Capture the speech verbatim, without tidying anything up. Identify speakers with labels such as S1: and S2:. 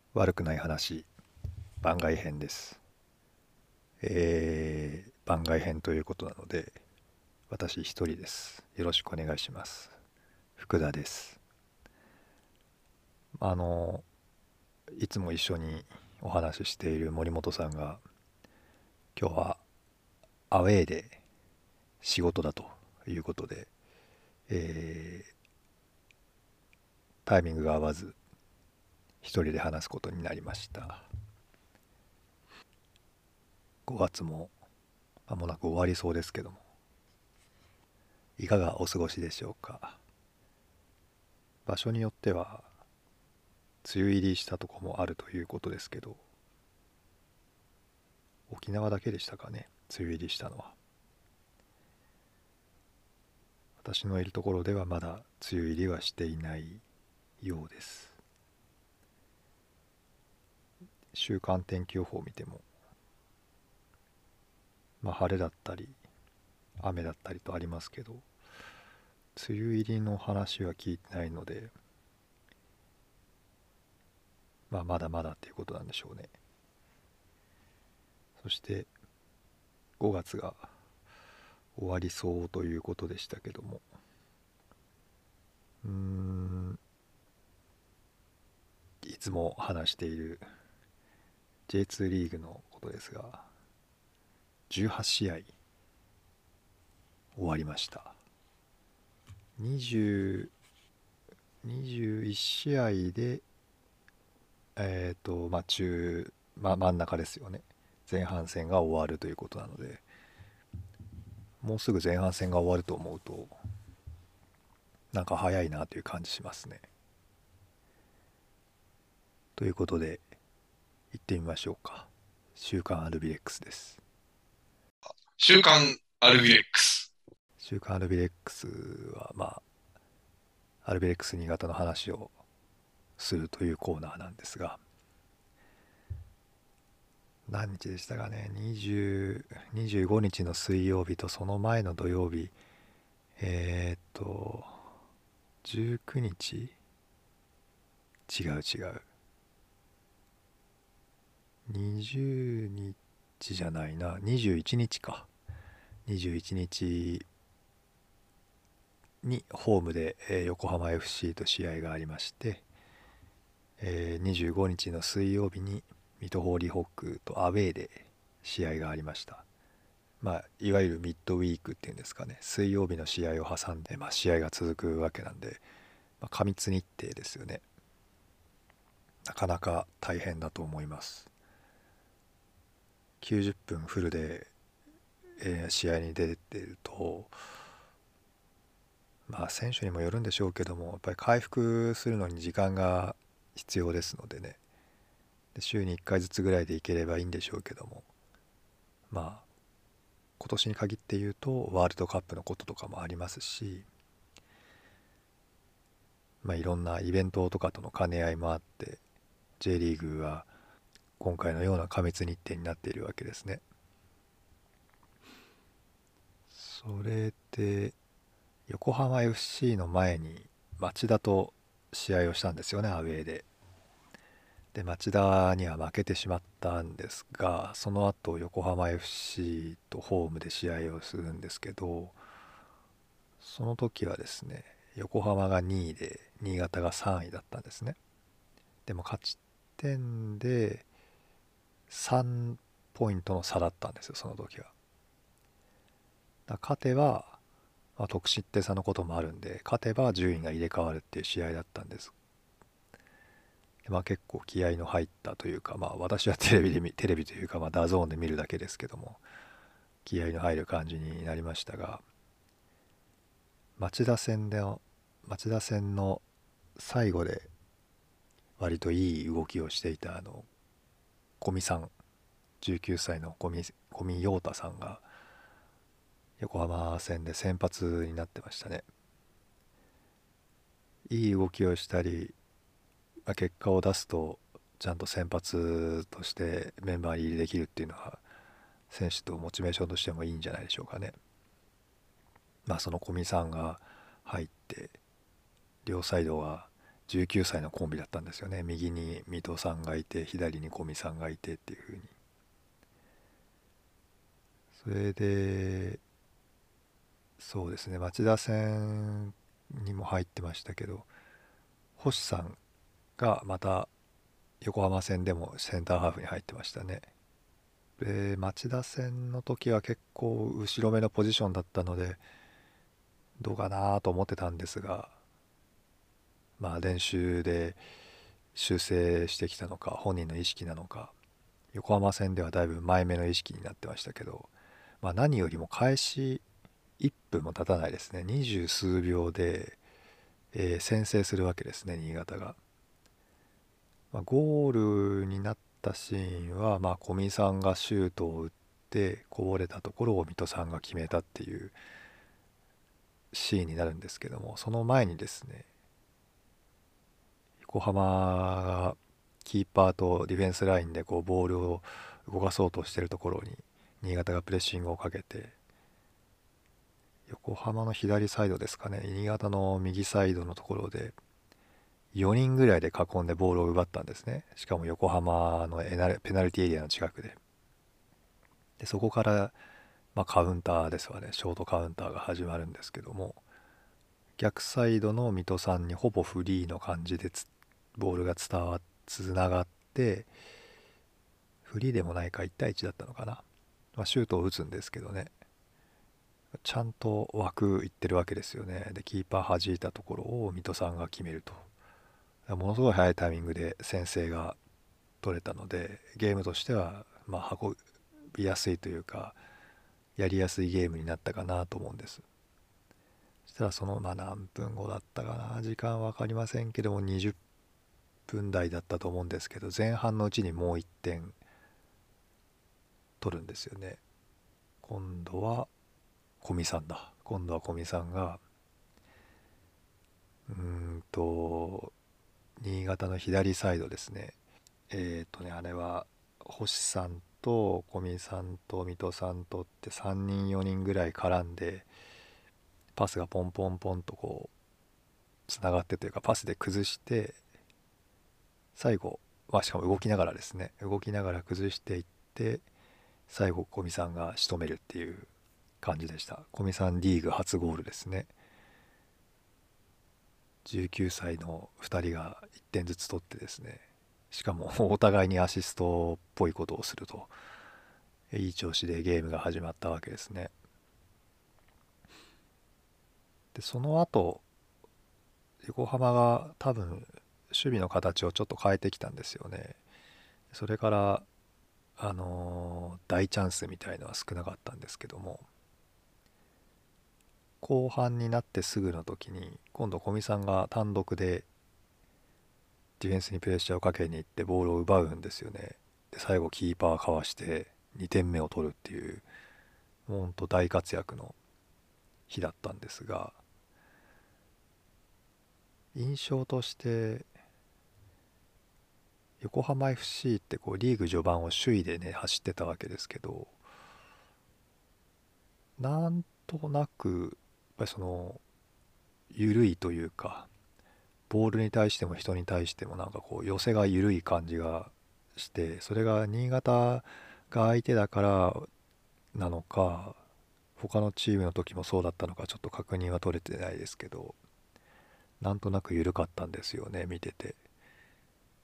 S1: 悪くない話番外編です。えー、番外編ということなので私一人です。よろしくお願いします。福田です。あのいつも一緒にお話ししている森本さんが今日はアウェーで仕事だということで、えー、タイミングが合わず一人で話すことになりました。ごがつも間もなく終わりそうですけども、いかがお過ごしでしょうか。場所によっては梅雨入りしたとこもあるということですけど、沖縄だけでしたかね、梅雨入りしたのは。私のいるところではまだ梅雨入りはしていないようです。週間天気予報を見ても、まあ、晴れだったり雨だったりとありますけど、梅雨入りの話は聞いてないので、まあ、まだまだっていうことなんでしょうね。そしてごがつが終わりそうということでしたけども、うーんいつも話している ジェイツー リーグのことですが、じゅうはち試合終わりました。にじゅう、にじゅういち試合で、えっ、と、まあ、中、まあ、真ん中ですよね。前半戦が終わるということなので、もうすぐ前半戦が終わると思うと、なんか早いなという感じしますね。ということで、行ってみましょうか。週刊アルビレックスです。
S2: 週刊アルビレックス。
S1: 週刊アルビレックスは、まあ、アルビレックス新潟の話をするというコーナーなんですが、何日でしたかね、にじゅう、にじゅうごにちの水曜日とその前の土曜日、えーっと、じゅうくにち、違う違う。にじゅうにちじゃないな、にじゅういちにちか。にじゅういちにちにホームで、えー横浜 エフシー と試合がありまして、えーにじゅうごにちの水曜日に水戸ホーリーホックとアウェーで試合がありました。まあ、いわゆるミッドウィークっていうんですかね、水曜日の試合を挟んで、まあ、試合が続くわけなんで、まあ、過密日程ですよね。なかなか大変だと思います。きゅうじゅっぷんフルで、えー試合に出てると、まあ選手にもよるんでしょうけども、やっぱり回復するのに時間が必要ですのでね。で週にいっかいずつぐらいでいければいいんでしょうけども、まあ今年に限って言うとワールドカップのこととかもありますし、まあ、いろんなイベントとかとの兼ね合いもあって J リーグは今回のような過密日程になっているわけですね。それで横浜 エフシー の前に町田と試合をしたんですよね、アウェーで。で町田には負けてしまったんですが、その後横浜 エフシー とホームで試合をするんですけど、その時はですね、横浜がにいで新潟がさんいだったんですね。でも勝ち点でさんポイントの差だったんですよ、その時は。だから勝てば、まあ、得失点差のこともあるんで、勝てば順位が入れ替わるっていう試合だったんです。でまあ、結構気合の入ったというか、まあ、私はテレビで見テレビというか、まあ、ダゾーンで見るだけですけども、気合の入る感じになりましたが、町田戦での町田戦の最後で割といい動きをしていたあの小見さん、じゅうきゅうさいの小見小見陽太さんが横浜戦で先発になってましたね。いい動きをしたり、まあ、結果を出すとちゃんと先発としてメンバー入りできるっていうのは選手とモチベーションとしてもいいんじゃないでしょうかね。まあその小見さんが入って両サイドがじゅうきゅうさいのコンビだったんですよね。右に水戸さんがいて左に古見さんがいてっていう風に。それでそうですね、町田戦にも入ってましたけど、星さんがまた横浜戦でもセンターハーフに入ってましたね。で町田戦の時は結構後ろ目のポジションだったのでどうかなと思ってたんですが、まあ練習で修正してきたのか本人の意識なのか、横浜戦ではだいぶ前目の意識になってましたけど、まあ、何よりも開始いっぷんも経たないですね、二十数秒で、えー先制するわけですね、新潟が。まあ、ゴールになったシーンは、まあ、小見さんがシュートを打ってこぼれたところを水戸さんが決めたっていうシーンになるんですけども、その前にですね、横浜がキーパーとディフェンスラインでこうボールを動かそうとしているところに新潟がプレッシングをかけて、横浜の左サイドですかね、新潟の右サイドのところでよにんぐらいで囲んでボールを奪ったんですね。しかも横浜のエナペナルティーエリアの近くで。でそこから、まあ、カウンターですわね、ショートカウンターが始まるんですけども、逆サイドの水戸さんにほぼフリーの感じでつボールが伝わつながって、フリーでもないかいち対いちだったのかな、まあ、シュートを打つんですけどね、ちゃんと枠いってるわけですよね。でキーパー弾いたところを水戸さんが決めると。ものすごい早いタイミングで先制が取れたので、ゲームとしてはまあ運びやすいというかやりやすいゲームになったかなと思うんです。そしたらそのまあ何分後だったかな、時間分かりませんけどもにじゅっぷん台だったと思うんですけど、前半のうちにもういってん取るんですよね。今度は小見さんだ今度は小見さんがうーんと新潟の左サイドですね。えっ、ー、とねあれは星さんと小見さんと水戸さんとってさんにんよにんぐらい絡んでパスがポンポンポンとこうつながってというかパスで崩して、最後、まあ、しかも動きながらですね動きながら崩していって、最後小見さんが仕留めるっていう感じでした。小見さんリーグ初ゴールですね。じゅうきゅうさいのふたりがいってんずつ取ってですね、しかもお互いにアシストっぽいことをすると、いい調子でゲームが始まったわけですね。でその後横浜が多分守備の形をちょっと変えてきたんですよね。それからあのー大チャンスみたいのは少なかったんですけども、後半になってすぐの時に今度小見さんが単独でディフェンスにプレッシャーをかけに行ってボールを奪うんですよね。で最後キーパーかわしてにてんめを取るっていう、もうほんと大活躍の日だったんですが、印象として横浜 エフシー ってこうリーグ序盤を首位でね走ってたわけですけど、なんとなくやっぱりその緩いというか、ボールに対しても人に対してもなんかこう寄せが緩い感じがして、それが新潟が相手だからなのか他のチームの時もそうだったのかちょっと確認は取れてないですけど、なんとなく緩かったんですよね見てて。